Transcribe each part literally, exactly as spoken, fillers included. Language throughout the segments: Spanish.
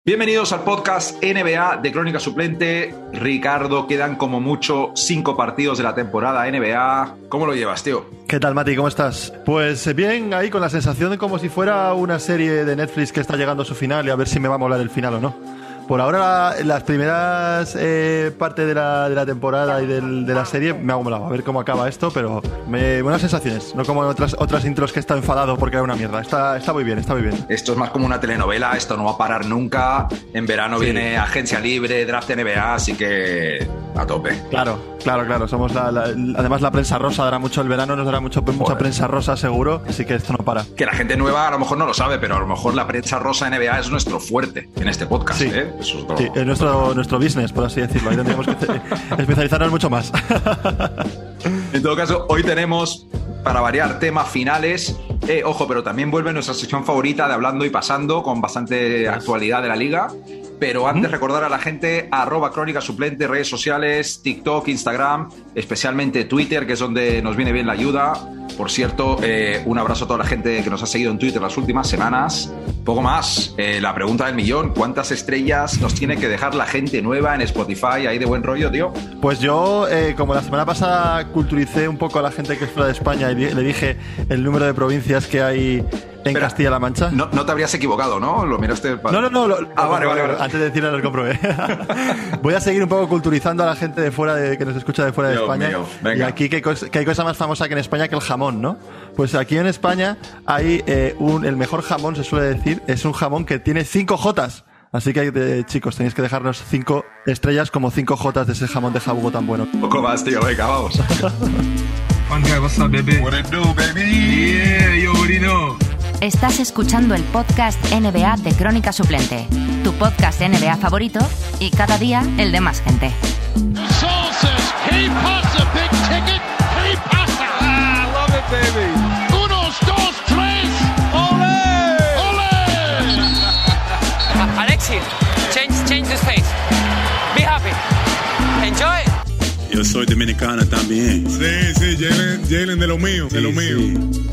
Bienvenidos al podcast N B A de Crónica Suplente. Ricardo, quedan como mucho cinco partidos de la temporada N B A. ¿Cómo lo llevas, tío? ¿Qué tal, Mati? ¿Cómo estás? Pues bien, ahí con la sensación de como si fuera una serie de Netflix que está llegando a su final y a ver si me va a molar el final o no. Por ahora, las primeras eh, partes de la, de la temporada y del, de la serie me ha molado. A ver cómo acaba esto, pero me, buenas sensaciones. No como en otras, otras intros que he estado enfadado porque era una mierda. Está, está muy bien, está muy bien. Esto es más como una telenovela, esto no va a parar nunca. En verano sí. Viene agencia libre, draft N B A, así que a tope. Claro, claro, claro. Somos la, la, además la prensa rosa dará mucho el verano, nos dará mucho, mucha prensa rosa seguro, así que esto no para. Que la gente nueva a lo mejor no lo sabe, pero a lo mejor la prensa rosa N B A es nuestro fuerte en este podcast, sí. ¿eh? Eso es, todo. Sí, es nuestro, nuestro business, por así decirlo. Ahí tendríamos que especializarnos mucho más. En todo caso, hoy tenemos, para variar, temas finales. Eh, ojo, pero también vuelve nuestra sección favorita de Hablando y Pasando, con bastante actualidad de la liga. Pero antes ¿Mm? recordar a la gente, arroba Crónica Suplente, redes sociales, TikTok, Instagram, especialmente Twitter, que es donde nos viene bien la ayuda. Por cierto, eh, un abrazo a toda la gente que nos ha seguido en Twitter las últimas semanas. Poco más, eh, la pregunta del millón, ¿cuántas estrellas nos tiene que dejar la gente nueva en Spotify ahí de buen rollo, tío? Pues yo, eh, como la semana pasada culturicé un poco a la gente que es fuera de España y le dije el número de provincias que hay en Espera, Castilla-La Mancha. No, no te habrías equivocado, ¿no? Lo miraste para... No, no, no. Lo, ah, lo vale, vale, vale. Antes de decirlo lo comprobé. Voy a seguir un poco culturizando a la gente de fuera de, que nos escucha de fuera de Dios España. Mío, venga. Y aquí que, que hay cosa más famosa que en España que el jamón, ¿no? Pues aquí en España hay eh, un, el mejor jamón, se suele decir, es un jamón que tiene cinco Jotas. Así que, eh, chicos, tenéis que dejarnos cinco estrellas como cinco Jotas de ese jamón de jabugo tan bueno. Un poco más, tío. Venga, vamos. One guy, what's up, baby? What it do, baby? Yeah, you already know. Estás escuchando el podcast N B A de Crónica Suplente, tu podcast N B A favorito y cada día el de más gente. Saul says he pasa, big ticket, he pasa. Ah, I love it, baby. Unos, dos, tres. Ole! Ole! Alexi, change, change the space. Be happy. Enjoy. Yo soy dominicana también. Sí, sí, Jalen, Jalen de lo mío, de sí, lo mío. Sí.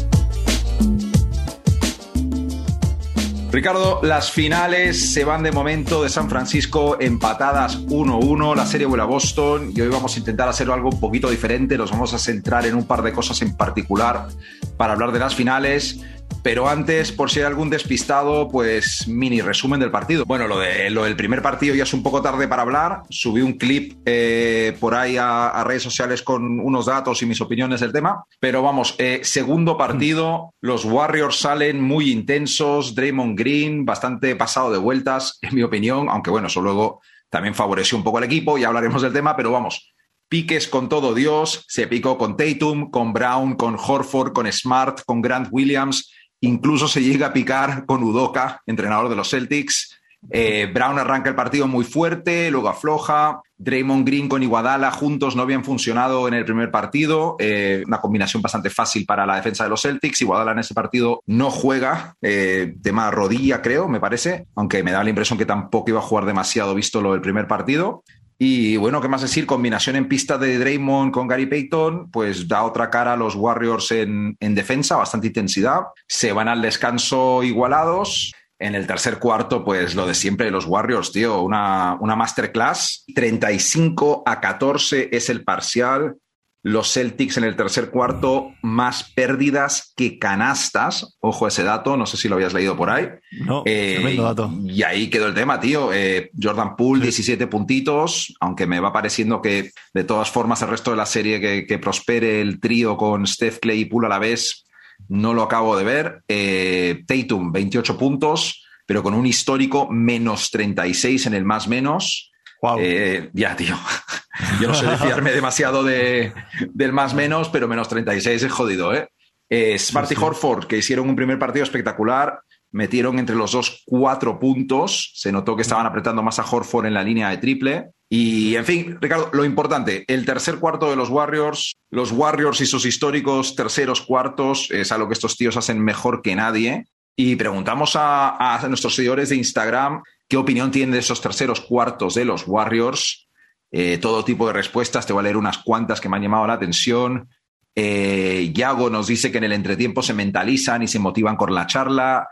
Ricardo, las finales se van de momento de San Francisco empatadas uno uno, la serie vuela a Boston y hoy vamos a intentar hacer algo un poquito diferente, nos vamos a centrar en un par de cosas en particular para hablar de las finales, pero antes, por si hay algún despistado, pues mini resumen del partido. Bueno, lo, de, lo del primer partido ya es un poco tarde para hablar, subí un clip eh, por ahí a, a redes sociales con unos datos y mis opiniones del tema, pero vamos, eh, segundo partido, los Warriors salen muy intensos, Draymond Green bastante pasado de vueltas, en mi opinión, aunque bueno, eso luego también favoreció un poco al equipo, ya hablaremos del tema, pero vamos, piques con todo Dios, se picó con Tatum, con Brown, con Horford, con Smart, con Grant Williams, incluso se llega a picar con Udoka, entrenador de los Celtics. Eh, Brown arranca el partido muy fuerte, luego afloja. Draymond Green con Iguodala juntos no habían funcionado en el primer partido. Eh, una combinación bastante fácil para la defensa de los Celtics. Iguodala en ese partido no juega, eh, tema rodilla creo, me parece, aunque me da la impresión que tampoco iba a jugar demasiado visto lo del primer partido. Y bueno, ¿qué más decir? Combinación en pista de Draymond con Gary Payton, pues da otra cara a los Warriors en, en defensa, bastante intensidad. Se van al descanso igualados. En el tercer cuarto, pues lo de siempre de los Warriors, tío, una, una masterclass. treinta y cinco a catorce es el parcial. Los Celtics en el tercer cuarto, más pérdidas que canastas. Ojo a ese dato, no sé si lo habías leído por ahí. No, eh, tremendo dato. Y ahí quedó el tema, tío. Eh, Jordan Poole, sí. diecisiete puntitos, aunque me va pareciendo que de todas formas el resto de la serie que, que prospere el trío con Steph, Clay y Poole a la vez, no lo acabo de ver. Eh, Tatum, veintiocho puntos, pero con un histórico menos treinta y seis en el más menos. Wow. Eh, ya, tío. Yo no sé de fiarme demasiado de, del más menos, pero menos treinta y seis es jodido, ¿eh? eh Smart sí, sí. y Horford, que hicieron un primer partido espectacular, metieron entre los dos cuatro puntos. Se notó que estaban apretando más a Horford en la línea de triple. Y, en fin, Ricardo, lo importante, el tercer cuarto de los Warriors, los Warriors y sus históricos terceros cuartos, es algo que estos tíos hacen mejor que nadie. Y preguntamos a, a nuestros seguidores de Instagram qué opinión tienen de esos terceros cuartos de los Warriors. Eh, todo tipo de respuestas, te voy a leer unas cuantas que me han llamado la atención. Eh, Yago nos dice que en el entretiempo se mentalizan y se motivan con la charla.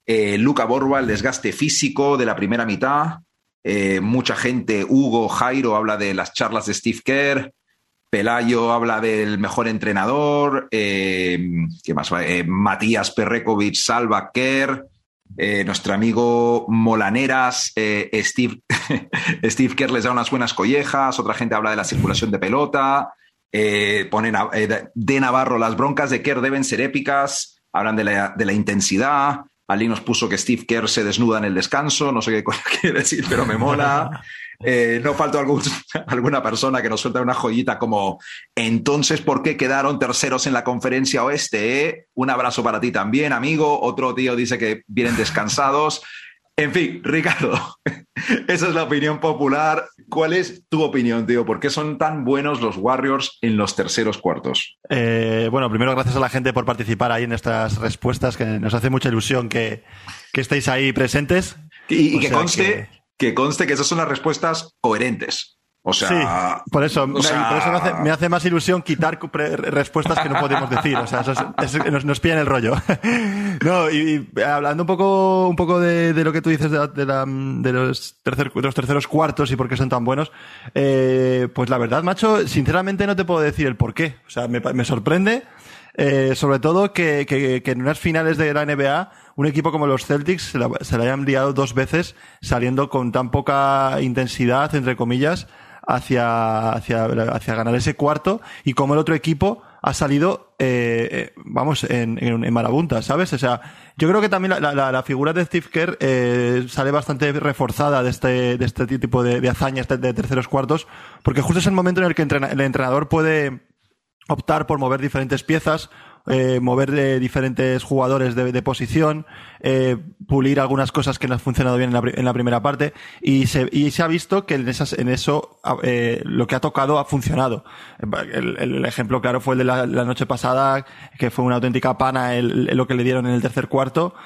Eh, Luka Borba, el desgaste físico de la primera mitad. Eh, mucha gente, Hugo, Jairo, habla de las charlas de Steve Kerr. Pelayo habla del mejor entrenador. Eh, ¿Qué más? Eh, Matías Perrekovic salva Kerr. Eh, nuestro amigo Molaneras, eh, Steve, Steve Kerr les da unas buenas collejas. Otra gente habla de la circulación de pelota. Eh, ponen a, eh, de Navarro, las broncas de Kerr deben ser épicas. Hablan de la, de la intensidad. Ali nos puso que Steve Kerr se desnuda en el descanso. No sé qué quiere decir, pero me mola. Eh, no faltó algún, alguna persona que nos suelta una joyita como entonces, ¿por qué quedaron terceros en la conferencia oeste? Eh? Un abrazo para ti también, amigo. Otro tío dice que vienen descansados. En fin, Ricardo, esa es la opinión popular. ¿Cuál es tu opinión, tío? ¿Por qué son tan buenos los Warriors en los terceros cuartos? Eh, bueno, primero gracias a la gente por participar ahí en estas respuestas, que nos hace mucha ilusión que, que estéis ahí presentes. Y, y que conste... Que... Que conste que esas son las respuestas coherentes. O sea, sí, por eso, o sea... por eso me, hace, me hace más ilusión quitar respuestas que no podemos decir. O sea, eso es, es, nos, nos pillan el rollo. No, y, y hablando un poco, un poco de, de lo que tú dices de, la, de, la, de, los tercer, de los terceros cuartos y por qué son tan buenos, eh, pues la verdad, macho, sinceramente no te puedo decir el por qué. O sea, me, me sorprende. Eh, sobre todo que, que, que en unas finales de la N B A un equipo como los Celtics se la, se la hayan liado dos veces saliendo con tan poca intensidad, entre comillas, hacia, hacia, hacia ganar ese cuarto, y como el otro equipo ha salido, eh, vamos, en, en, en marabunta, ¿sabes? O sea, yo creo que también la, la, la figura de Steve Kerr eh, sale bastante reforzada de este, de este tipo de, de hazañas de, de terceros cuartos, porque justo es el momento en el que entrena, el entrenador puede optar por mover diferentes piezas, eh, mover eh, diferentes jugadores de, de posición, eh, pulir algunas cosas que no han funcionado bien en la, en la primera parte, y se, y se ha visto que en, esas, en eso eh, lo que ha tocado ha funcionado. El, el ejemplo claro fue el de la, la noche pasada, que fue una auténtica pana el, el, lo que le dieron en el tercer cuarto.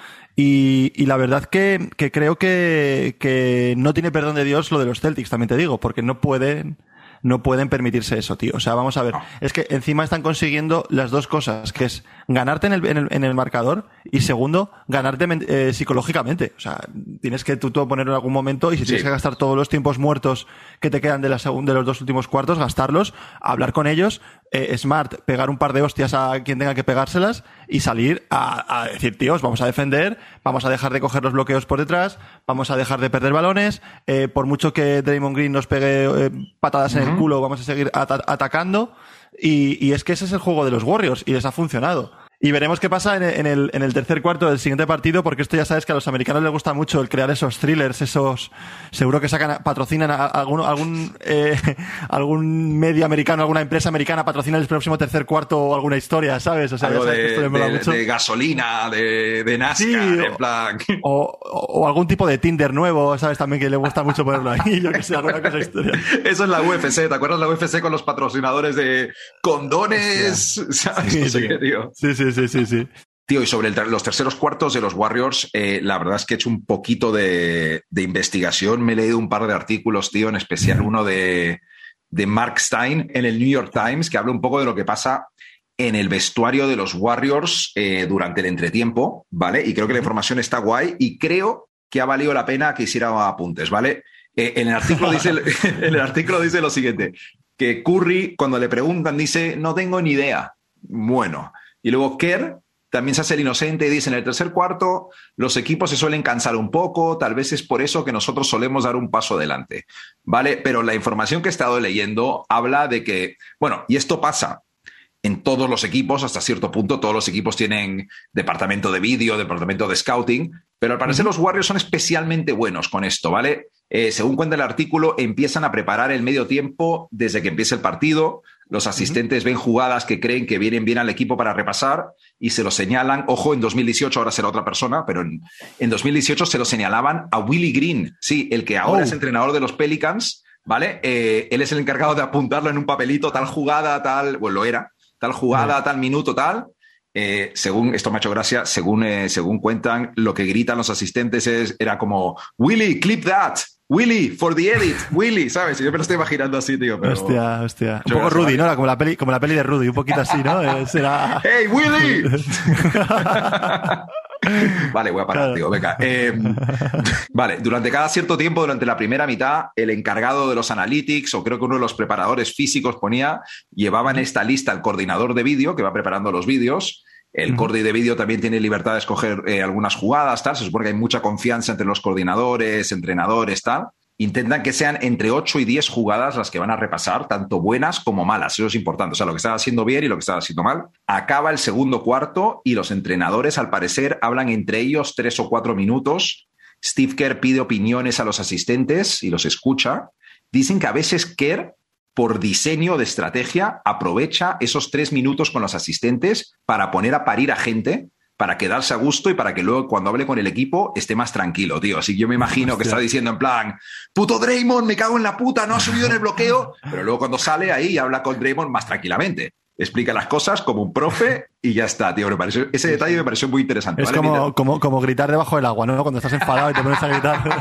Y, y la verdad que, que creo que, que no tiene perdón de Dios lo de los Celtics, también te digo, porque no pueden... no pueden permitirse eso, tío. O sea, vamos a ver. No. Es que encima están consiguiendo las dos cosas, que es ganarte en el, en el, en el marcador, y segundo, ganarte eh, psicológicamente. O sea, tienes que tú, tú poner en algún momento, y si sí. tienes que gastar todos los tiempos muertos que te quedan de, la segun, de los dos últimos cuartos, gastarlos, hablar con ellos, eh, smart, pegar un par de hostias a quien tenga que pegárselas y salir a, a decir, tíos, vamos a defender, vamos a dejar de coger los bloqueos por detrás, vamos a dejar de perder balones, eh, por mucho que Draymond Green nos pegue eh, patadas en uh-huh. el culo, vamos a seguir at- atacando, y, y es que ese es el juego de los Warriors, y les ha funcionado. Y veremos qué pasa en, en, el, en el tercer cuarto del siguiente partido, porque esto ya sabes que a los americanos les gusta mucho el crear esos thrillers, esos, seguro que sacan, patrocinan a algún, algún, eh, algún medio americano, alguna empresa americana patrocina el próximo tercer cuarto o alguna historia, ¿sabes? O sea, algo ya sabes de, que esto les mola de, mucho. de gasolina, de, de NASCAR, sí, en plan. O, o, o algún tipo de Tinder nuevo, ¿sabes? También que le gusta mucho ponerlo ahí, yo que sé, alguna cosa historia. Eso es la U F C, ¿te acuerdas la U F C con los patrocinadores de condones? ¿Sabes? Sí, no sé sí. qué, tío. Sí, sí, sí, sí, sí. Tío, y sobre el, los terceros cuartos de los Warriors, eh, la verdad es que he hecho un poquito de, de investigación. Me he leído un par de artículos, tío, en especial uno de, de Mark Stein en el New York Times, que habla un poco de lo que pasa en el vestuario de los Warriors eh, durante el entretiempo, ¿vale? Y creo que la información está guay, y creo que ha valido la pena que hiciera apuntes, ¿vale? Eh, en, el artículo dice, en el artículo dice lo siguiente, que Curry, cuando le preguntan, dice, no tengo ni idea. Bueno, y luego Kerr también se hace el inocente y dice, en el tercer cuarto los equipos se suelen cansar un poco, tal vez es por eso que nosotros solemos dar un paso adelante, ¿vale? Pero la información que he estado leyendo habla de que, bueno, y esto pasa en todos los equipos, hasta cierto punto, todos los equipos tienen departamento de vídeo, departamento de scouting, pero al parecer uh-huh. los Warriors son especialmente buenos con esto, ¿vale? Eh, según cuenta el artículo, empiezan a preparar el medio tiempo desde que empieza el partido. Los asistentes uh-huh. ven jugadas que creen que vienen bien al equipo para repasar y se lo señalan. Ojo, en dos mil dieciocho, ahora será otra persona, pero en, en dos mil dieciocho se lo señalaban a Willie Green, sí, el que ahora oh. es entrenador de los Pelicans, ¿vale? Eh, él es el encargado de apuntarlo en un papelito, tal jugada, tal, bueno, lo era, tal jugada, uh-huh. tal minuto, tal. Eh, según, esto me ha hecho gracia, según, eh, según cuentan, lo que gritan los asistentes es, era como, Willie, clip that. Willy, for the edit, Willy, ¿sabes? Yo me lo estoy imaginando así, tío. Pero... Hostia, hostia. Un poco Rudy, ¿no? Como la peli, como la peli de Rudy, un poquito así, ¿no? Será... ¡Hey, Willy! Vale, voy a parar, claro. tío, venga. Eh, vale, durante cada cierto tiempo, durante la primera mitad, el encargado de los analytics, o creo que uno de los preparadores físicos ponía, llevaba en esta lista el coordinador de vídeo, que va preparando los vídeos. El uh-huh. cordi de vídeo también tiene libertad de escoger eh, algunas jugadas, tal. Se supone que hay mucha confianza entre los coordinadores, entrenadores, tal. Intentan que sean entre ocho y diez jugadas las que van a repasar, tanto buenas como malas. Eso es importante. O sea, lo que estaba haciendo bien y lo que estaba haciendo mal. Acaba el segundo cuarto y los entrenadores, al parecer, hablan entre ellos tres o cuatro minutos. Steve Kerr pide opiniones a los asistentes y los escucha. Dicen que a veces Kerr, por diseño de estrategia, aprovecha esos tres minutos con los asistentes para poner a parir a gente, para quedarse a gusto y para que luego cuando hable con el equipo esté más tranquilo, tío. Así que yo me imagino Hostia. que está diciendo en plan, puto Draymond, me cago en la puta, no ha subido en el bloqueo, pero luego cuando sale ahí y habla con Draymond más tranquilamente. Explica las cosas como un profe y ya está, tío. Me pareció, ese detalle me pareció muy interesante. Es ¿vale? como, como, como gritar debajo del agua, ¿no? Cuando estás enfadado y te pones a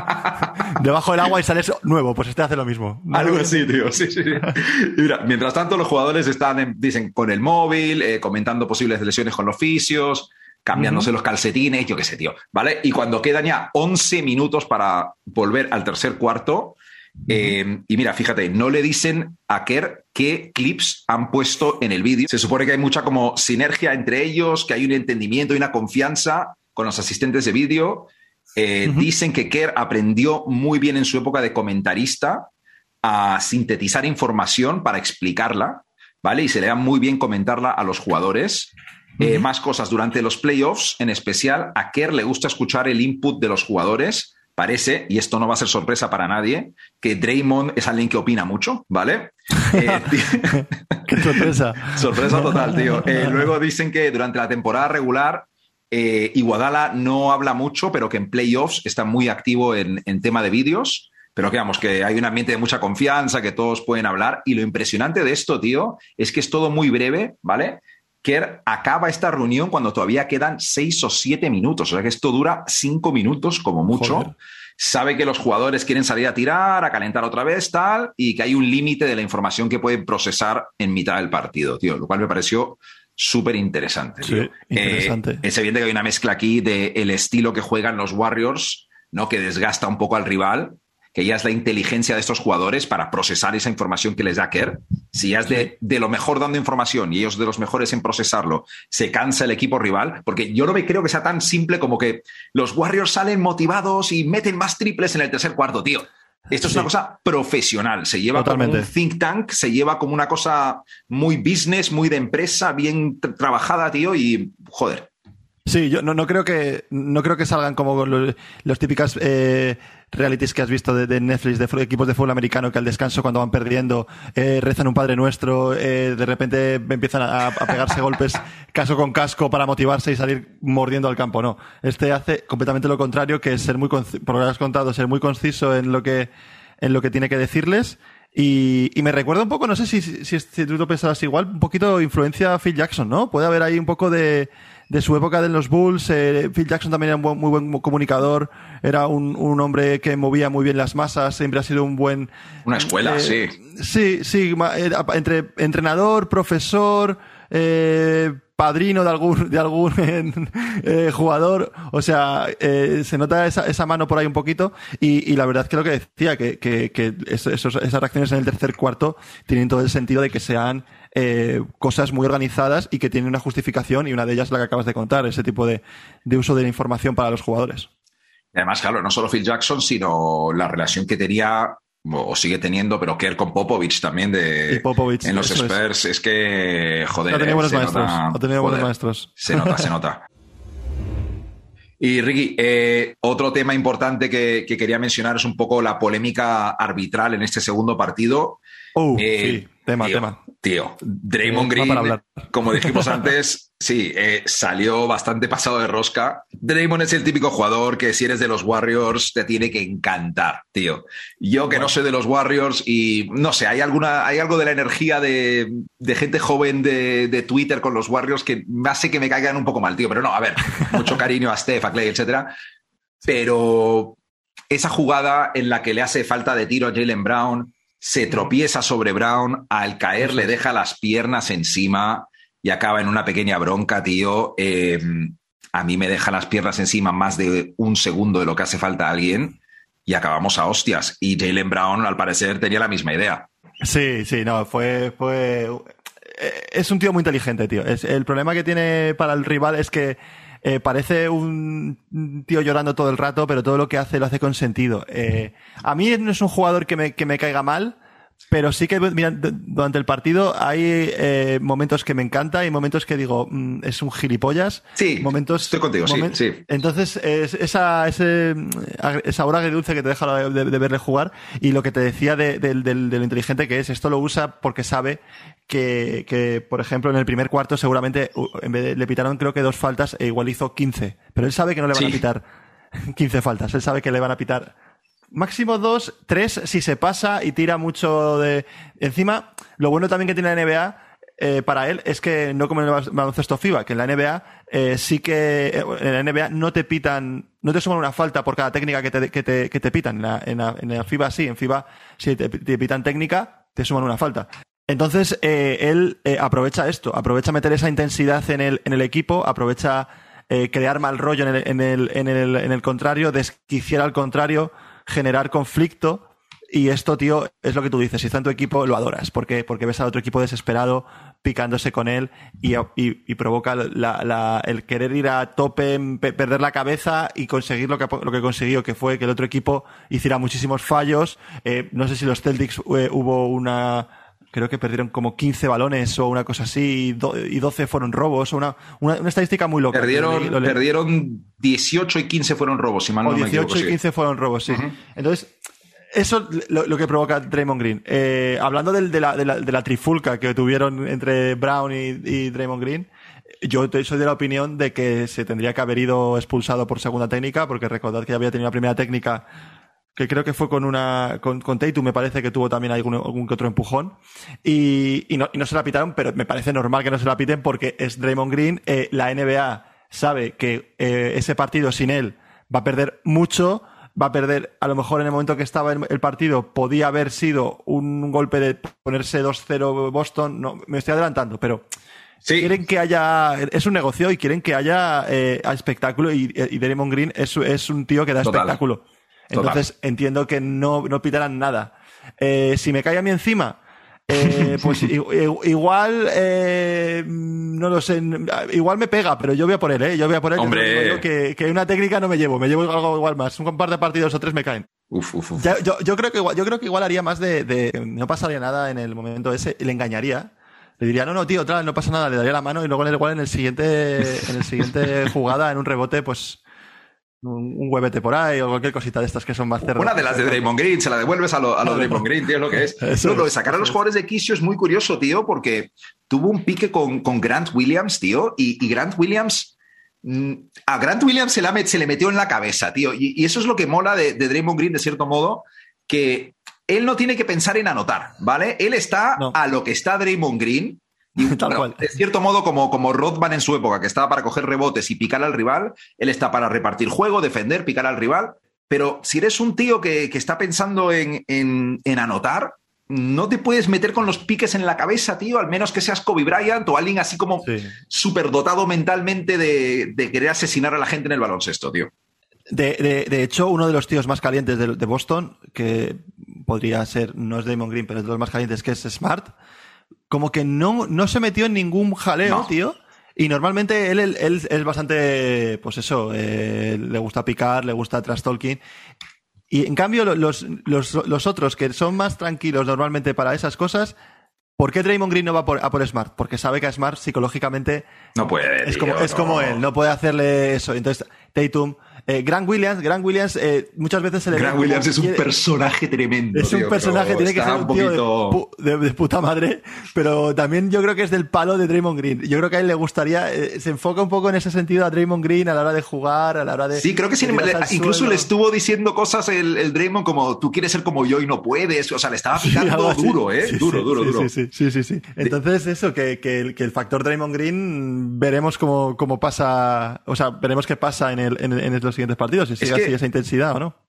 gritar debajo del agua y sales nuevo, pues este hace lo mismo. ¿No? Algo así, tío. Sí, sí. Y mira, mientras tanto, los jugadores están, en, dicen, con el móvil, eh, comentando posibles lesiones con los fisios, cambiándose uh-huh. los calcetines, yo qué sé, tío, ¿vale? Y cuando quedan ya once minutos para volver al tercer cuarto, uh-huh. eh, y mira, fíjate, no le dicen a Kerr qué clips han puesto en el vídeo. Se supone que hay mucha como sinergia entre ellos, que hay un entendimiento y una confianza con los asistentes de vídeo. Eh, uh-huh. Dicen que Kerr aprendió muy bien en su época de comentarista a sintetizar información para explicarla, ¿vale? Y se le da muy bien comentarla a los jugadores. Eh, más cosas durante los playoffs, en especial a Kerr le gusta escuchar el input de los jugadores. Parece, y esto no va a ser sorpresa para nadie, que Draymond es alguien que opina mucho, ¿vale? Eh, ¡Qué sorpresa! Sorpresa total, tío. Eh, luego dicen que durante la temporada regular eh, Iguodala no habla mucho, pero que en playoffs está muy activo en, en tema de vídeos. Pero que vamos, que hay un ambiente de mucha confianza, que todos pueden hablar. Y lo impresionante de esto, tío, es que es todo muy breve, ¿vale? Kerr acaba esta reunión cuando todavía quedan seis o siete minutos. O sea que esto dura cinco minutos como mucho. Joder. Sabe que los jugadores quieren salir a tirar, a calentar otra vez, tal, y que hay un límite de la información que pueden procesar en mitad del partido, tío. Lo cual me pareció súper interesante, tío. Sí, interesante. Eh, es evidente que hay una mezcla aquí del estilo que juegan los Warriors, ¿no? Que desgasta un poco al rival, que ya es la inteligencia de estos jugadores para procesar esa información que les da Kerr. Si ya es de, de lo mejor dando información y ellos de los mejores en procesarlo, se cansa el equipo rival, porque yo no me creo que sea tan simple como que los Warriors salen motivados y meten más triples en el tercer cuarto, tío. Esto es sí. una cosa profesional, se lleva Totalmente. como un think tank, se lleva como una cosa muy business, muy de empresa, bien tra- trabajada, tío, y joder. Sí, yo no, no creo que no creo que salgan como los, los típicas eh, realities que has visto de, de Netflix, de equipos de fútbol americano que al descanso cuando van perdiendo eh, rezan un Padre Nuestro, eh, de repente empiezan a, a pegarse golpes caso con casco para motivarse y salir mordiendo al campo. No, este hace completamente lo contrario, que es ser muy, por lo que has contado, ser muy conciso en lo que en lo que tiene que decirles. Y, y me recuerda un poco, no sé si, si, si tú lo pensabas igual, un poquito influencia Phil Jackson, ¿no? Puede haber ahí un poco de, de su época de los Bulls. Eh, Phil Jackson también era un buen, muy buen comunicador, era un, un hombre que movía muy bien las masas, siempre ha sido un buen... Una escuela, eh, sí. Sí, sí, entre entrenador, profesor... Eh, padrino de algún de algún eh, jugador, o sea, eh, se nota esa, esa mano por ahí un poquito y, y la verdad es que lo que decía, que, que, que esos, esas reacciones en el tercer cuarto tienen todo el sentido de que sean eh, cosas muy organizadas y que tienen una justificación, y una de ellas es la que acabas de contar, ese tipo de, de uso de la información para los jugadores. Y además, claro, no solo Phil Jackson, sino la relación que tenía o sigue teniendo, pero Kerr con Popovich también de Popovich, en los Spurs. Es. es que, joder, ha tenido buenos se maestros. Nota, ha tenido joder, buenos maestros. Se nota, se nota. Y Ricky, eh, otro tema importante que, que quería mencionar es un poco la polémica arbitral en este segundo partido. Uh, eh, sí, tema, tío, tema. Tío, Draymond eh, Green, como dijimos antes, sí, eh, salió bastante pasado de rosca. Draymond es el típico jugador que si eres de los Warriors te tiene que encantar, tío. Yo que bueno. no soy de los Warriors y no sé, hay alguna, hay algo de la energía de, de gente joven de, de Twitter con los Warriors que me hace que me caigan un poco mal, tío. Pero no, a ver, mucho cariño a Steph, a Clay, etcétera. Pero esa jugada en la que le hace falta de tiro a Jaylen Brown, se tropieza sobre Brown, al caer le deja las piernas encima y acaba en una pequeña bronca, tío. Eh, a mí me deja las piernas encima más de un segundo de lo que hace falta a alguien y acabamos a hostias. Y Jaylen Brown, al parecer, tenía la misma idea. Sí, sí, no, fue... fue... Es un tío muy inteligente, tío. Es, el problema que tiene para el rival es que eh, parece un tío llorando todo el rato, pero todo lo que hace lo hace con sentido. Eh, a mí no es un jugador que me, que me caiga mal, pero sí que mira, durante el partido hay eh, momentos que me encanta y momentos que digo, mmm, es un gilipollas. Sí, momentos, estoy contigo, momen- sí, sí. Entonces, es, esa, ese, esa hora agridulce que te deja de, de verle jugar, y lo que te decía de, de, de, de lo inteligente que es, esto lo usa porque sabe que, que, por ejemplo, en el primer cuarto seguramente en vez de, le pitaron creo que dos faltas e igual hizo quince. Pero él sabe que no le van sí. a pitar quince faltas. Él sabe que le van a pitar máximo dos, tres si se pasa y tira mucho de... Encima, lo bueno también que tiene la N B A eh, para él es que no como en el baloncesto FIBA, que en la N B A eh, sí que... Eh, en la N B A no te pitan... No te suman una falta por cada técnica que te, que te, que te pitan. En la, en, la, en la FIBA sí, en FIBA si te, te pitan técnica, te suman una falta. Entonces, eh, él eh, aprovecha esto, aprovecha meter esa intensidad en el, en el equipo, aprovecha eh, crear mal rollo en el, en el, en el, en el contrario, desquiciar al contrario, generar conflicto, y esto, tío, es lo que tú dices, si está en tu equipo lo adoras, porque porque ves al otro equipo desesperado picándose con él y, y, y provoca la, la, el querer ir a tope, pe, perder la cabeza y conseguir lo que, lo que consiguió, que fue que el otro equipo hiciera muchísimos fallos. Eh, no sé si los Celtics eh, hubo una... Creo que perdieron como quince balones o una cosa así, y doce fueron robos, o una, una, una estadística muy loca. Perdieron, lo perdieron dieciocho y quince fueron robos, si mal o no me equivoco. dieciocho y quince fueron robos, sí. Uh-huh. Entonces, eso es lo, lo que provoca Draymond Green. Eh, hablando del, de, la, de, la, de la trifulca que tuvieron entre Brown y, y Draymond Green, yo soy de la opinión de que se tendría que haber ido expulsado por segunda técnica, porque recordad que ya había tenido la primera técnica, que creo que fue con una, con, con Tatum, me parece que tuvo también algún, algún que otro empujón, y, y no, y no se la pitaron, pero me parece normal que no se la piten porque es Draymond Green, eh, la N B A sabe que, eh, ese partido sin él va a perder mucho, va a perder, a lo mejor en el momento que estaba el, el partido podía haber sido un golpe de ponerse dos cero Boston, no, me estoy adelantando, pero sí. Quieren que haya, es un negocio y quieren que haya, eh, espectáculo, y, y Draymond Green es, es un tío que da Total. espectáculo. Entonces Total. entiendo que no, no pitarán nada. Eh, si me cae a mí encima, eh, pues igual, eh, no lo sé, igual me pega, pero yo voy a por él, ¿eh? Yo voy a por él. Hombre. Yo que, que una técnica no me llevo, me llevo algo igual más. Un par de partidos o tres me caen. Uf, uf, uf. Ya, yo, yo creo que igual, yo creo que igual haría más de, de, no pasaría nada en el momento ese, le engañaría. Le diría, no, no, tío, otra vez no pasa nada, le daría la mano y luego igual en el siguiente, en el siguiente jugada, en un rebote, pues, un, un huevete por ahí o cualquier cosita de estas que son más cerdas. Una de las de Draymond Green, se la devuelves a lo, a lo de Draymond Green, tío, es lo que es. Eso, no, lo de sacar a los jugadores de quicio es muy curioso, tío, porque tuvo un pique con, con Grant Williams, tío, y, y Grant Williams, mmm, a Grant Williams se, la met, se le metió en la cabeza, tío, y, y eso es lo que mola de, de Draymond Green, de cierto modo, que él no tiene que pensar en anotar, ¿vale? Él está no. a lo que está Draymond Green. Y, bueno, de cierto modo, como, como Rodman en su época, que estaba para coger rebotes y picar al rival, él está para repartir juego, defender, picar al rival. Pero si eres un tío que, que está pensando en, en, en anotar, no te puedes meter con los piques en la cabeza, tío, al menos que seas Kobe Bryant o alguien así como sí. superdotado mentalmente de, de querer asesinar a la gente en el baloncesto, tío. De, de, de hecho, uno de los tíos más calientes de, de Boston, que podría ser, no es Draymond Green, pero es de los más calientes, que es Smart, como que no, no se metió en ningún jaleo, no. tío. Y normalmente él, él, él es bastante, pues eso, eh, le gusta picar, le gusta trash talking. Y en cambio, los, los, los otros que son más tranquilos normalmente para esas cosas, ¿por qué Draymond Green no va por, a por Smart? Porque sabe que a Smart psicológicamente no puede, es, tío, como, no. es como él, no puede hacerle eso. Entonces, Tatum, eh, Grant Williams, Grant Williams eh, muchas veces se le Grant Williams como, es un quiere, personaje tremendo. Es un tío, personaje, tiene que ser un, un tío poquito... de, de, de puta madre, pero también yo creo que es del palo de Draymond Green. Yo creo que a él le gustaría, eh, se enfoca un poco en ese sentido a Draymond Green a la hora de jugar, a la hora de... Sí, creo que sí, le, incluso suelo. le estuvo diciendo cosas el, el Draymond como tú quieres ser como yo y no puedes, o sea, le estaba picando sí, duro, ¿eh? Sí, duro, sí, duro, sí, duro. Sí, sí, sí, sí. Entonces de... eso, que, que, el, que el factor Draymond Green veremos cómo, cómo pasa, o sea, veremos qué pasa en, el, en, en los siguientes partidos, si sigue así esa intensidad o no.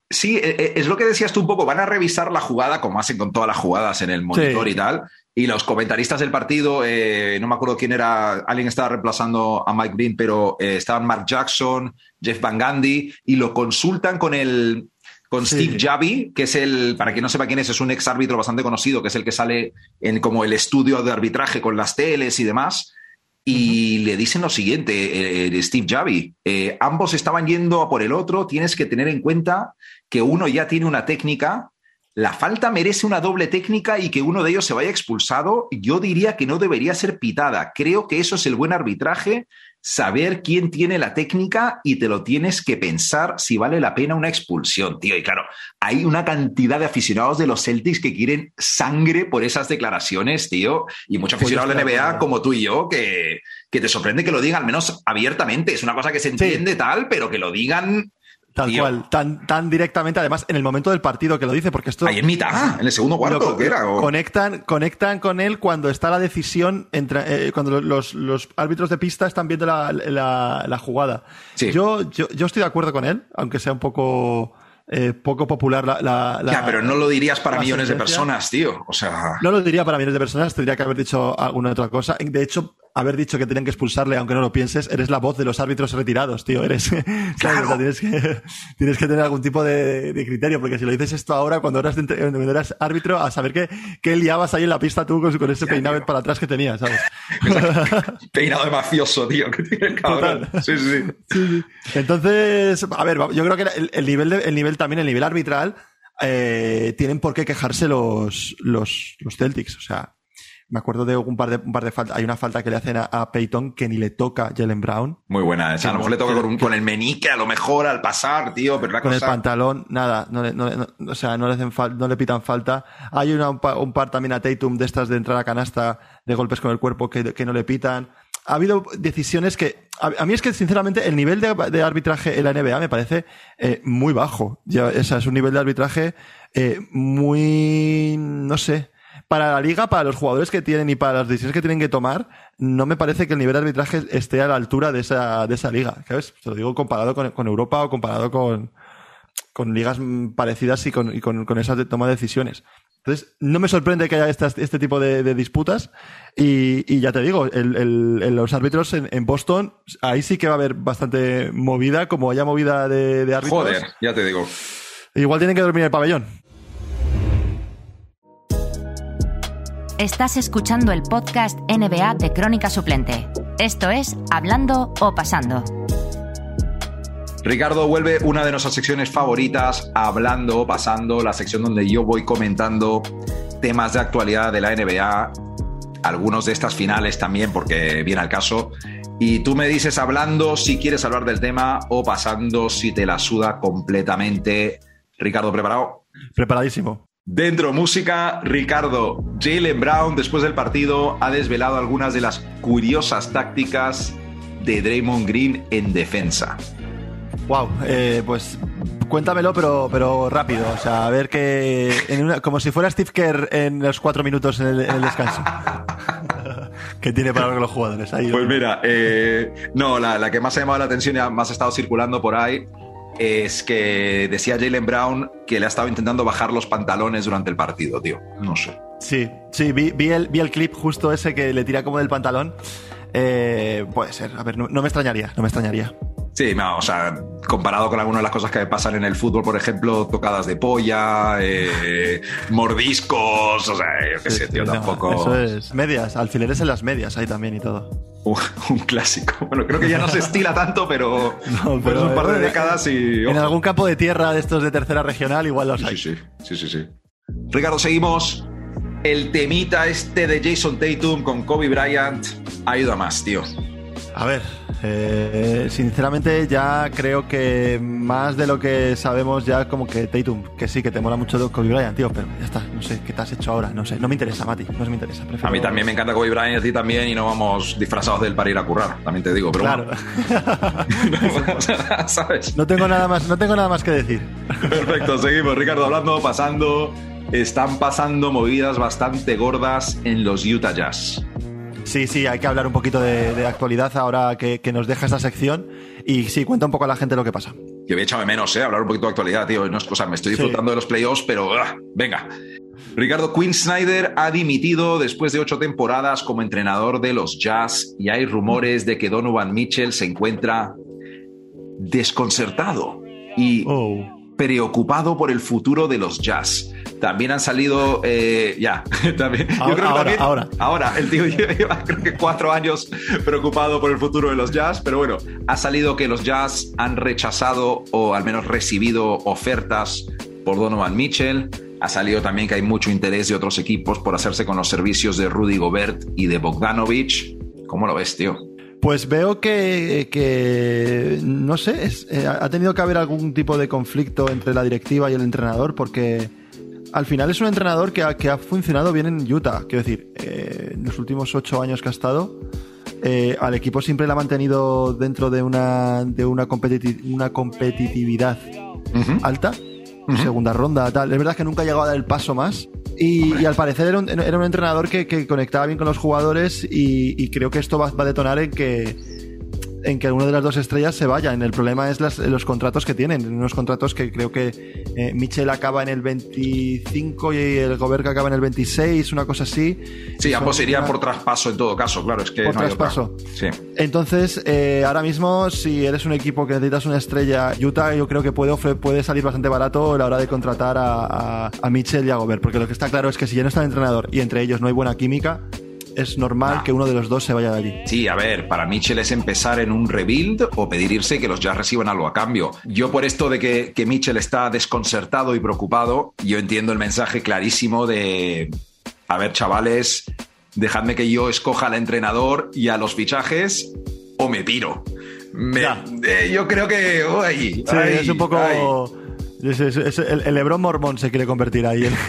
Sí, es lo que decías tú un poco. Van a revisar la jugada, como hacen con todas las jugadas en el monitor sí. y tal. Y los comentaristas del partido, eh, no me acuerdo quién era, alguien estaba reemplazando a Mike Breen, pero eh, estaban Mark Jackson, Jeff Van Gundy, y lo consultan con el con sí. Steve Javie, que es el, para quien no sepa quién es, es un ex árbitro bastante conocido, que es el que sale en como el estudio de arbitraje con las teles y demás. Y uh-huh. le dicen lo siguiente, eh, Steve Javie, eh, ambos estaban yendo a por el otro, tienes que tener en cuenta que uno ya tiene una técnica, la falta merece una doble técnica y que uno de ellos se vaya expulsado, yo diría que no debería ser pitada. Creo que eso es el buen arbitraje, saber quién tiene la técnica y te lo tienes que pensar si vale la pena una expulsión, tío. Y claro, hay una cantidad de aficionados de los Celtics que quieren sangre por esas declaraciones, tío, y muchos aficionados de la N B A como tú y yo que, que te sorprende que lo digan al menos abiertamente. Es una cosa que se entiende sí. tal, pero que lo digan... Tal Tío. cual, tan, tan directamente, además, en el momento del partido que lo dice, porque esto... Ahí en mitad, ah, en el segundo cuarto, lo, ¿qué era? O... Conectan, conectan con él cuando está la decisión, entre, eh, cuando los, los árbitros de pista están viendo la, la, la jugada. Sí. Yo, yo, yo estoy de acuerdo con él, aunque sea un poco... Eh, poco popular la, la, la... Ya, pero no lo dirías para millones de personas, tío. O sea... No lo diría para millones de personas, tendría que haber dicho alguna otra cosa. De hecho, haber dicho que tenían que expulsarle, aunque no lo pienses, eres la voz de los árbitros retirados, tío. Eres, claro. O sea, tienes que, tienes que tener algún tipo de, de criterio, porque si lo dices esto ahora, cuando eras, cuando eras árbitro, a saber qué, qué liabas ahí en la pista tú con, con ese ya, peinado tío. para atrás que tenías, ¿sabes? Peinado de mafioso, tío, que tiene el cabrón. Sí, sí, sí. sí, sí. Entonces, a ver, yo creo que el, el nivel de, el nivel también el nivel arbitral eh, tienen por qué quejarse los, los, los Celtics. O sea, me acuerdo de un par de, un par de faltas. Hay una falta que le hacen a, a Peyton que ni le toca a Jaylen Brown. Muy buena esa. A lo mejor le toca con, un, con el meñique, a lo mejor al pasar, tío. Pero la con cosa... el pantalón, nada. No le, no, no, o sea, no le hacen fal, no le pitan falta. Hay una, un, par, un par también a Tatum de estas de entrar a canasta de golpes con el cuerpo que, que no le pitan. Ha habido decisiones que... A, a mí es que, sinceramente, el nivel de, de arbitraje en la N B A me parece eh, muy bajo. Ya, o sea, es un nivel de arbitraje eh, muy... no sé. Para la liga, para los jugadores que tienen y para las decisiones que tienen que tomar, no me parece que el nivel de arbitraje esté a la altura de esa, de esa liga. ¿Sabes? Te lo digo comparado con, con Europa o comparado con, con ligas parecidas y con, y con, con esa toma de decisiones. Entonces, no me sorprende que haya estas, este tipo de, de disputas y, y ya te digo, el, el, el, los árbitros en, en Boston, ahí sí que va a haber bastante movida, como haya movida de, de árbitros. Joder, ya te digo. Igual tienen que dormir en el pabellón. Estás escuchando el podcast N B A de Crónica Suplente. Esto es Hablando o Pasando. Ricardo, vuelve una de nuestras secciones favoritas, Hablando o Pasando, la sección donde yo voy comentando temas de actualidad de la N B A, algunos de estas finales también, porque viene al caso. Y tú me dices hablando si quieres hablar del tema o pasando si te la suda completamente. Ricardo, ¿preparado? Preparadísimo. Dentro música, Ricardo, Jaylen Brown después del partido ha desvelado algunas de las curiosas tácticas de Draymond Green en defensa. Wow, eh, pues cuéntamelo, pero, pero rápido. O sea, a ver que... En una, como si fuera Steve Kerr en los cuatro minutos en el, en el descanso. ¿Qué tiene para ver los jugadores? Ahí, pues mira, eh, no, la, la que más ha llamado la atención y más ha estado circulando por ahí es que decía Jaylen Brown que le ha estado intentando bajar los pantalones durante el partido, tío. No sé. Sí, sí, vi, vi, el, vi el clip justo ese que le tira como del pantalón. Eh, puede ser, a ver, no, no me extrañaría, no me extrañaría. Sí, no, o sea, comparado con algunas de las cosas que pasan en el fútbol, por ejemplo, tocadas de polla, eh, mordiscos, o sea, yo qué sí, sé, tío, sí, tampoco... No, eso es, medias, alfileres en las medias ahí también y todo. Un, un clásico. Bueno, creo que ya no se estila tanto, pero, no, pero es un par de décadas y... Ojo. En algún campo de tierra de estos de tercera regional igual los hay. Sí, sí, sí, sí, sí. Ricardo, seguimos. El temita este de Jason Tatum con Kobe Bryant ayuda más, tío. A ver, eh, sinceramente ya creo que más de lo que sabemos ya como que Tatum, que sí, que te mola mucho Kobe Bryant, tío, pero ya está, no sé, ¿qué te has hecho ahora? No sé, no me interesa, Mati, no me interesa. Prefiero... A mí también me encanta Kobe Bryant, a ti también, y no vamos disfrazados del para ir a currar, también te digo, pero claro. Bueno. ¿Sabes? No tengo nada más, no tengo nada más que decir. Perfecto, seguimos, Ricardo, hablando, pasando. Están pasando movidas bastante gordas en los Utah Jazz. Sí, sí, hay que hablar un poquito de, de actualidad ahora que, que nos deja esta sección y sí, cuenta un poco a la gente lo que pasa. Que había echado de menos, ¿eh? Hablar un poquito de actualidad, tío. No es cosa, me estoy disfrutando sí. de los playoffs, pero ¡ah! Venga. Ricardo, Quinn Snyder ha dimitido después de ocho temporadas como entrenador de los Jazz y hay rumores de que Donovan Mitchell se encuentra desconcertado y oh. preocupado por el futuro de los Jazz. También han salido, eh, ya, también. Ahora, yo creo que ahora, también, ahora. Ahora, el tío lleva creo que cuatro años preocupado por el futuro de los Jazz, pero bueno, ha salido que los Jazz han rechazado o al menos recibido ofertas por Donovan Mitchell. Ha salido también que hay mucho interés de otros equipos por hacerse con los servicios de Rudy Gobert y de Bogdanovich. ¿Cómo lo ves, tío? Pues veo que, que no sé, es, eh, ha tenido que haber algún tipo de conflicto entre la directiva y el entrenador, porque al final es un entrenador que ha, que ha funcionado bien en Utah. Quiero decir, eh, en los últimos ocho años que ha estado, eh, al equipo siempre le ha mantenido dentro de una, de una, competi- una competitividad uh-huh. alta. Uh-huh. Segunda ronda, tal. Es verdad que nunca ha llegado a dar el paso más. Y, y al parecer era un, era un entrenador que, que conectaba bien con los jugadores y, y creo que esto va, va a detonar en que en que alguna de las dos estrellas se vayan. El problema es las, los contratos que tienen. Unos contratos que creo que eh, Mitchell acaba en el veinticinco y el Gobert acaba en el veintiséis, una cosa así. Sí, ambos irían una... por traspaso en todo caso, claro. Es que por no traspaso. Sí. Entonces, eh, ahora mismo, si eres un equipo que necesitas una estrella, Utah yo creo que puede, puede salir bastante barato a la hora de contratar a, a, a Mitchell y a Gobert, porque lo que está claro es que si ya no está el entrenador y entre ellos no hay buena química, es normal ah. que uno de los dos se vaya de allí. Sí, a ver, para Mitchell es empezar en un rebuild o pedir irse y que los Jazz reciban algo a cambio. Yo por esto de que, que Mitchell está desconcertado y preocupado, yo entiendo el mensaje clarísimo de, a ver, chavales, dejadme que yo escoja al entrenador y a los fichajes o me piro. Me, eh, yo creo que... Uy, sí, ay, es un poco... Ay. Es, es, es, el, el Lebron mormón se quiere convertir ahí en,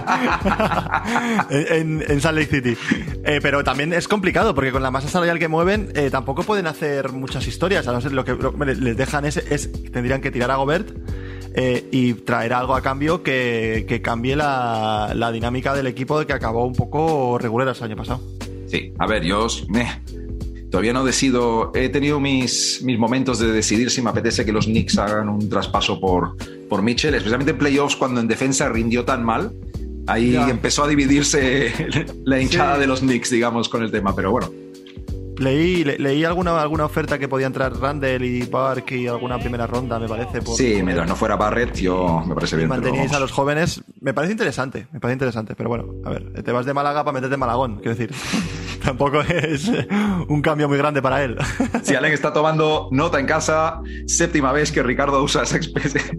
en, en Salt Lake City. Eh, pero también es complicado porque con la masa salarial que mueven eh, tampoco pueden hacer muchas historias. A no ser lo que lo, les dejan es, es tendrían que tirar a Gobert eh, y traer algo a cambio que, que cambie la, la dinámica del equipo de que acabó un poco reguleras el año pasado. Sí, a ver, yo... Eh. Todavía no decido, he tenido mis, mis momentos de decidir si me apetece que los Knicks hagan un traspaso por, por Mitchell, especialmente en playoffs cuando en defensa rindió tan mal. Ahí ya. empezó a dividirse la hinchada sí. de los Knicks, digamos, con el tema, pero bueno. Leí, le, leí alguna, alguna oferta que podía entrar Randle y Park y alguna primera ronda, me parece. Por, sí, por mientras no fuera Barrett, yo me parece bien. Manteníais a los jóvenes, me parece interesante, me parece interesante, pero bueno, a ver, te vas de Málaga para meterte en Malagón, quiero decir, tampoco es un cambio muy grande para él. Si Allen está tomando nota en casa, séptima vez que Ricardo usa esa expresión.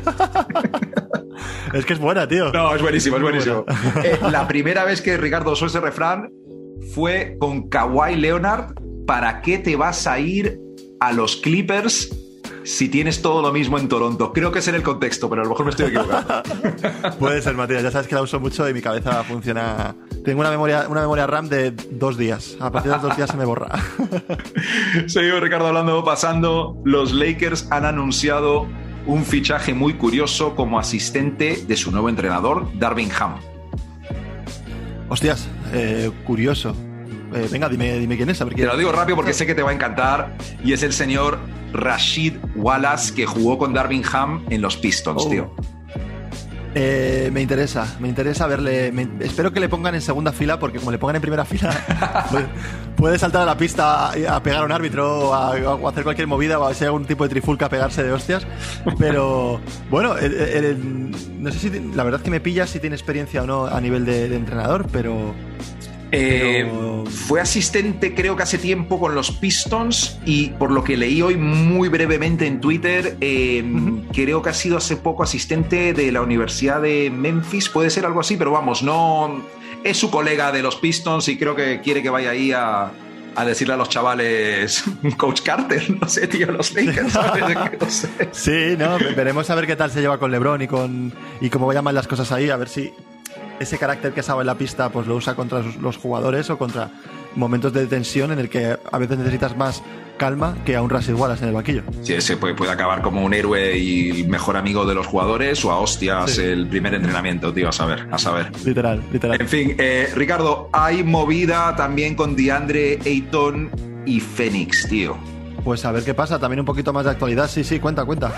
Es que es buena, tío. No, es buenísimo, es buenísimo. Eh, la primera vez que Ricardo usó ese refrán fue con Kawhi Leonard. ¿Para qué te vas a ir a los Clippers si tienes todo lo mismo en Toronto? Creo que es en el contexto, pero a lo mejor me estoy equivocando. Puede ser, Matías. Ya sabes que la uso mucho y mi cabeza funciona... Tengo una memoria, una memoria RAM de dos días. A partir de los dos días se me borra. Seguimos, Ricardo, hablando, pasando. Los Lakers han anunciado un fichaje muy curioso como asistente de su nuevo entrenador, Darvin Ham. Hostias, eh, curioso. Eh, venga, dime, dime quién es. A ver quién te lo digo rápido porque sé que te va a encantar. Y es el señor Rashid Wallace, que jugó con Darvin Ham en los Pistons, oh. tío. Eh, me interesa, me interesa verle. Me, espero que le pongan en segunda fila, porque como le pongan en primera fila, puede, puede saltar a la pista a, a pegar a un árbitro o a, a hacer cualquier movida o a hacer algún tipo de trifulca a pegarse de hostias. Pero bueno, el, el, el, no sé si la verdad es que me pilla si tiene experiencia o no a nivel de, de entrenador, pero. Eh, Pero... Fue asistente creo que hace tiempo con los Pistons y por lo que leí hoy muy brevemente en Twitter, eh, uh-huh. creo que ha sido hace poco asistente de la Universidad de Memphis, puede ser algo así, pero vamos, no es su colega de los Pistons y creo que quiere que vaya ahí a, a decirle a los chavales Coach Carter, no sé, tío, los Lakers, ¿sabes? No sé. Sí, no, veremos a ver qué tal se lleva con LeBron y, con, y cómo vayan mal las cosas ahí, a ver si ese carácter que sabe en la pista pues lo usa contra los jugadores o contra momentos de tensión en el que a veces necesitas más calma que a un Rashid Wallace en el banquillo. Sí, ese puede, puede acabar como un héroe y mejor amigo de los jugadores o a hostias sí. el primer entrenamiento, tío, a saber, a saber. Literal, literal. En fin, eh, Ricardo, hay movida también con DeAndre Ayton y Phoenix, tío. Pues a ver qué pasa, también un poquito más de actualidad, sí, sí, cuenta, cuenta.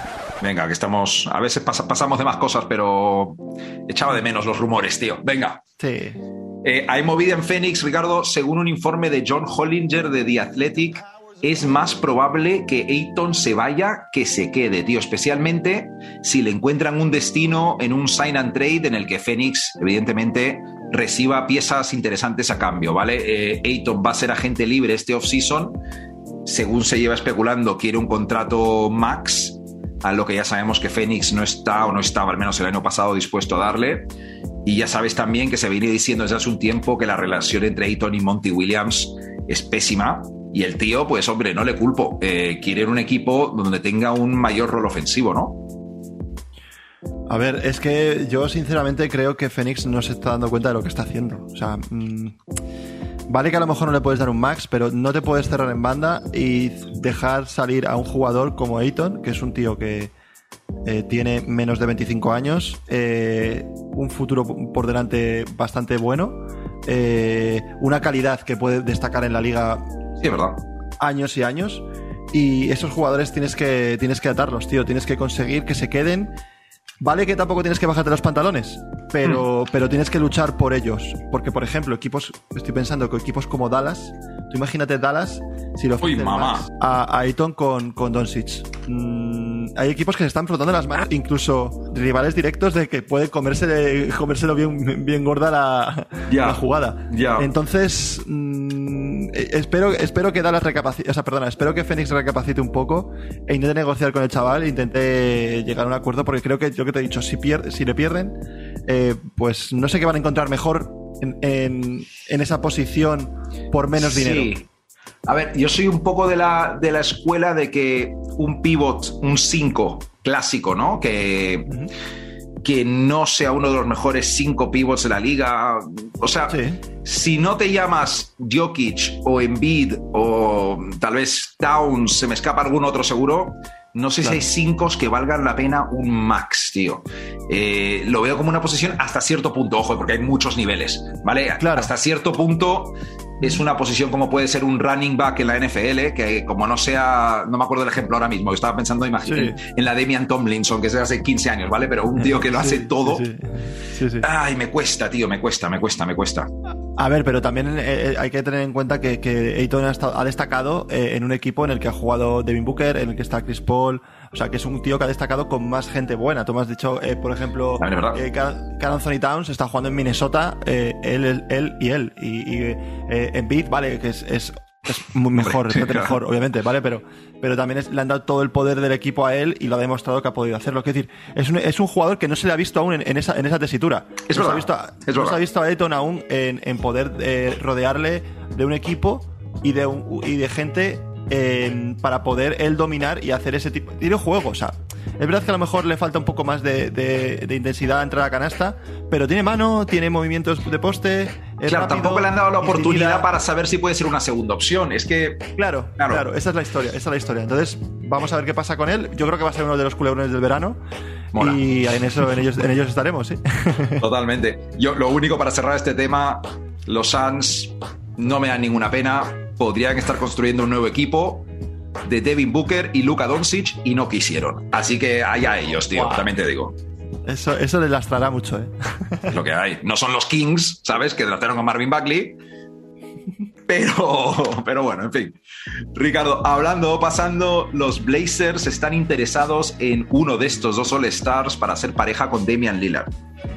Venga, que estamos... A veces pas- pasamos de más cosas, pero echaba de menos los rumores, tío. Venga. Sí. Eh, hay movida en Phoenix, Ricardo. Según un informe de John Hollinger de The Athletic, es más probable que Ayton se vaya que se quede, tío. Especialmente si le encuentran un destino en un sign and trade en el que Phoenix, evidentemente, reciba piezas interesantes a cambio, ¿vale? Eh, Ayton va a ser agente libre este off-season. Según se lleva especulando, quiere un contrato max, a lo que ya sabemos que Phoenix no está, o no estaba, al menos el año pasado, dispuesto a darle. Y ya sabes también que se viene diciendo desde hace un tiempo que la relación entre Ayton y Monty Williams es pésima. Y el tío, pues hombre, no le culpo. Eh, quiere un equipo donde tenga un mayor rol ofensivo, ¿no? A ver, es que yo sinceramente creo que Phoenix no se está dando cuenta de lo que está haciendo. O sea, mmm, vale que a lo mejor no le puedes dar un max, pero no te puedes cerrar en banda y dejar salir a un jugador como Ayton, que es un tío que eh, tiene menos de veinticinco años, eh, un futuro por delante bastante bueno, eh, una calidad que puede destacar en la liga. Sí, es verdad. Años y años. Y esos jugadores tienes que, tienes que atarlos, tío. Tienes que conseguir que se queden. Vale que tampoco tienes que bajarte los pantalones, pero, mm. pero tienes que luchar por ellos. Porque, por ejemplo, equipos, estoy pensando que equipos como Dallas, tú imagínate Dallas si lo ofrecen a, a Ayton con, con Doncic. Mm, hay equipos que se están frotando las manos, incluso rivales directos de que puede comerse, comérselo bien, bien gorda la, yeah. la jugada. Yeah. Entonces, mm, espero, espero que Dallas recapacite, o sea, perdona, espero que Phoenix recapacite un poco e intente negociar con el chaval e intente llegar a un acuerdo, porque creo que yo que te he dicho, si, pierde, si le pierden, eh, pues no sé qué van a encontrar mejor en, en, en esa posición por menos sí. dinero. A ver, yo soy un poco de la, de la escuela de que un pivot, un cinco clásico, ¿no? Que, uh-huh. que no sea uno de los mejores cinco pivots de la liga. O sea, sí. si no te llamas Jokic o Embiid o tal vez Towns, se me escapa algún otro seguro, no sé claro. si hay cinco que valgan la pena un max, tío. Eh, lo veo como una posición hasta cierto punto, ojo, porque hay muchos niveles, ¿vale? Claro. Hasta cierto punto es una posición como puede ser un running back en la N F L, que como no sea, no me acuerdo del ejemplo ahora mismo, estaba pensando imagín, sí. en, en la Damian Tomlinson, que es de hace quince años, ¿vale? Pero un tío que lo hace sí, todo. Sí, sí. Sí, sí. Ay, me cuesta, tío, me cuesta, me cuesta, me cuesta. A ver, pero también eh, hay que tener en cuenta que, que Ayton ha, estado, ha destacado eh, en un equipo en el que ha jugado Devin Booker, en el que está Chris Paul. O sea, que es un tío que ha destacado con más gente buena. Tú me has dicho, eh, por ejemplo, eh, Karl Anthony Towns está jugando en Minnesota, eh, él, él, él y él. Y, y eh, Embiid, vale, que es, es, es mejor, es claro. mejor, obviamente, ¿vale? Pero, pero también es, le han dado todo el poder del equipo a él y lo ha demostrado que ha podido hacerlo. Es decir, es un, es un jugador que no se le ha visto aún en, en, esa, en esa tesitura. Es no verdad. Se ha visto, es no se ha visto a Ayton aún en, en poder eh, rodearle de un equipo y de, un, y de gente eh, para poder él dominar y hacer ese tipo de juego. O sea, es verdad que a lo mejor le falta un poco más de, de, de intensidad a entrar a canasta, pero tiene mano, tiene movimientos de poste. Claro, rápido, tampoco le han dado la oportunidad intimida. Para saber si puede ser una segunda opción. Es que. Claro, claro, claro, esa es la historia, esa es la historia. Entonces, vamos a ver qué pasa con él. Yo creo que va a ser uno de los culebrones del verano. Mola. Y en eso, en ellos, en ellos estaremos, sí. Totalmente. Yo, lo único para cerrar este tema, los Suns no me dan ninguna pena. Podrían estar construyendo un nuevo equipo de Devin Booker y Luka Doncic y no quisieron. Así que allá ellos, tío, wow. también te digo. Eso, eso les lastrará mucho, ¿eh? Es lo que hay. No son los Kings, ¿sabes? Que draftaron a Marvin Bagley. Pero, pero bueno, en fin. Ricardo, hablando, pasando, los Blazers están interesados en uno de estos dos All-Stars para hacer pareja con Damian Lillard.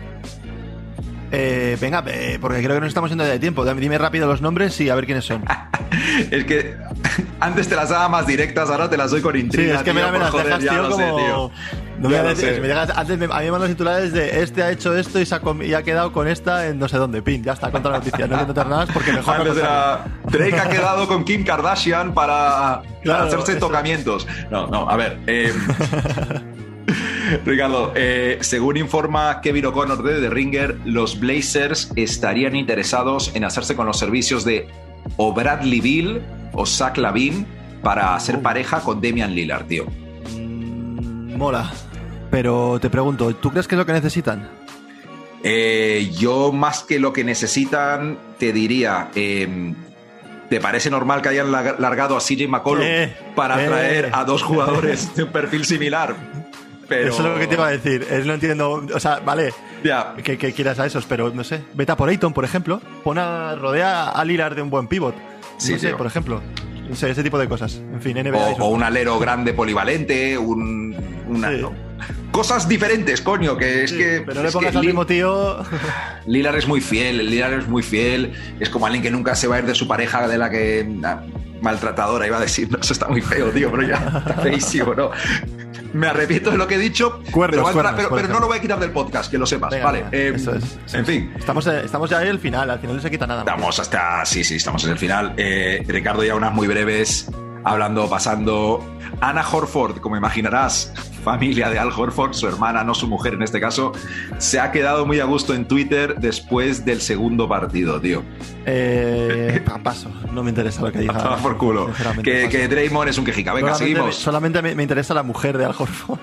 Eh, venga, eh, porque creo que nos estamos yendo de tiempo. Dime rápido los nombres y a ver quiénes son. Es que antes te las daba más directas, ahora te las doy con intriga. Sí, es que tío, me, me las joder, dejas, tío, como... Sé, tío. No me, decir, me dejas, antes me, a mí me mandan los titulares de este ha hecho esto y, se ha, y ha quedado con esta en no sé dónde. Pin, ya está, contra la noticia. No quiero notar nada porque mejor antes no era, Drake ha quedado con Kim Kardashian para, claro, para hacerse eso. tocamientos. No, no, a ver... Eh, Ricardo, eh, según informa Kevin O'Connor de The Ringer, los Blazers estarían interesados en hacerse con los servicios de o Bradley Beal o Zach LaVine para hacer pareja con Damian Lillard, tío. Mm, mola. Pero te pregunto, ¿tú crees que es lo que necesitan? Eh, yo más que lo que necesitan, te diría... Eh, ¿Te parece normal que hayan largado a C J McCollum eh, para eh. traer a dos jugadores de un perfil similar? Pero... Eso es lo que te iba a decir. Es, no entiendo. O sea, vale. Ya. Que, que quieras a esos, pero no sé. Vete a por Ayton, por ejemplo. Pon a, rodea a Lillard de un buen pivot. Sí, no sé, tío. por ejemplo. No sé, ese tipo de cosas. En fin, N B A. O, o un alero grande polivalente, un. Una, Sí. ¿no? Cosas diferentes, coño, que es Sí, que. pero no le es pongas que al Li- mismo tío. Lillard es muy fiel, Lillard es muy fiel. Es como alguien que nunca se va a ir de su pareja de la que. ah, maltratadora, iba a decir. No, eso está muy feo, tío, pero ya está feísimo, ¿no? Me arrepiento de lo que he dicho, Cuernos, pero, va a entrar- cuernos, pero, por pero no ejemplo. lo voy a quitar del podcast, que lo sepas, Venga, vale. venga, eh, eso es. Sí, en sí. fin. Estamos, eh, estamos ya en el final. Al final no se quita nada. Estamos hasta. Sí, sí, estamos en el final. Eh, Ricardo, ya unas muy breves, hablando, pasando. Anna Horford, como imaginarás, familia de Al Horford, su hermana, no su mujer en este caso, se ha quedado muy a gusto en Twitter después del segundo partido, tío. Eh, paso. No me interesa lo que diga. Toma por culo. Sinceramente, Que, paso. que Draymond es un quejica. Venga, solamente seguimos. Me, solamente me, me interesa la mujer de Al Horford.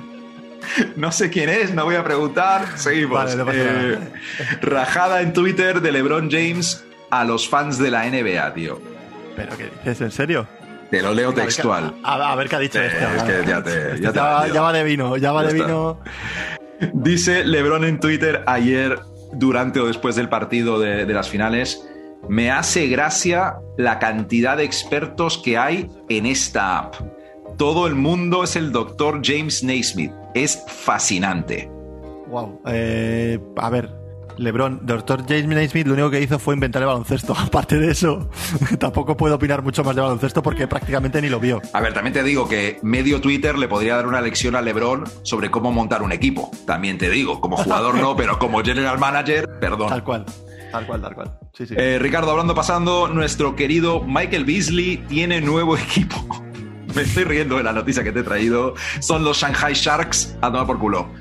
No sé quién es, no voy a preguntar. Seguimos. Vale, no pasa Eh, rajada en Twitter de LeBron James a los fans de la N B A, tío. ¿Pero qué dices? ¿En serio? Te lo leo A ver qué- textual. A, a ver qué ha dicho Eh, este. es que ya te- Este ya te ya, he vendido. ya va de vino, ya va Ya de está. vino. Dice LeBron en Twitter ayer, durante o después del partido de, de las finales, me hace gracia la cantidad de expertos que hay en esta app. Todo el mundo es el doctor James Naismith. Es fascinante. Wow. Eh, a ver, LeBron, doctor James Naismith lo único que hizo fue inventar el baloncesto. Aparte de eso, tampoco puedo opinar mucho más de baloncesto porque prácticamente ni lo vio. A ver, también te digo que medio Twitter le podría dar una lección a LeBron sobre cómo montar un equipo. También te digo, como jugador no, pero como general manager, perdón. Tal cual. Tal cual, tal cual. Sí, sí. Eh, Ricardo, hablando pasando, nuestro querido Michael Beasley tiene nuevo equipo. Me estoy riendo de la noticia que te he traído. Son los Shanghai Sharks a tomar por culo.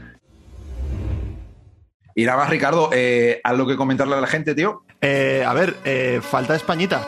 Y nada más, Ricardo, eh, ¿algo que comentarle a la gente, tío? Eh, a ver, eh, falta Españita.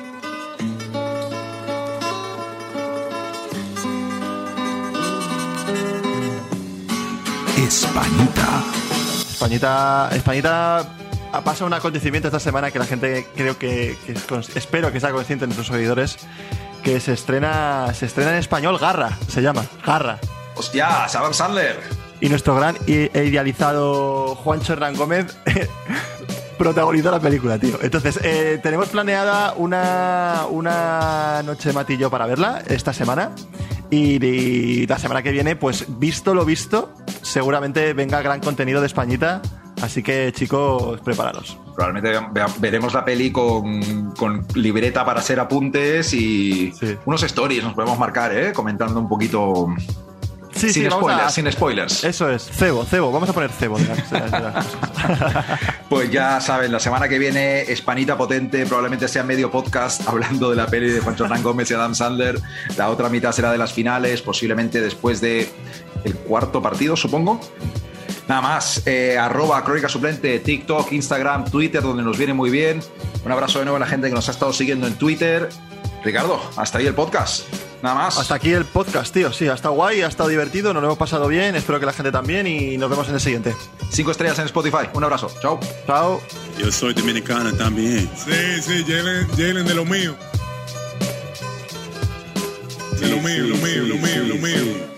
Españita. Españita, Españita ha pasado un acontecimiento esta semana que la gente creo que, que es cons- espero que sea consciente de nuestros seguidores, que se estrena, se estrena en español Garra, se llama Garra. Hostia, Adam Sandler. Y nuestro gran i- e idealizado Juancho Hernán Gómez protagonizó la película, tío. Entonces, eh, tenemos planeada una, una noche Mati y yo para verla esta semana. Y, y la semana que viene, pues visto lo visto, seguramente venga gran contenido de Españita. Así que, chicos, prepararos. Probablemente vea- vea- veremos la peli con, con libreta para hacer apuntes y Sí. unos stories nos podemos marcar, ¿eh? Comentando un poquito... Sí, sin sí, vamos spoilers, a- sin spoilers. Eso es, cebo, cebo. Vamos a poner cebo de las- de las- de las cosas. Pues ya saben, la semana que viene, Hispanita Potente, probablemente sea medio podcast hablando de la peli de Juancho Hernán Gómez y Adam Sandler. La otra mitad será de las finales, posiblemente después de el cuarto partido, supongo. Nada más, eh, arroba Crónica Suplente, TikTok, Instagram, Twitter, donde nos viene muy bien. Un abrazo de nuevo a la gente que nos ha estado siguiendo en Twitter. Ricardo, hasta ahí el podcast. Nada más. Hasta aquí el podcast, tío. Sí, ha estado guay, ha estado divertido, nos lo hemos pasado bien. Espero que la gente también y nos vemos en el siguiente. Cinco estrellas en Spotify. Un abrazo. Chao. Chao. Yo soy dominicana también. Sí, sí, Jalen, Jalen de lo mío. De lo Sí, mío, sí, lo mío, sí, lo mío, sí, lo mío. sí.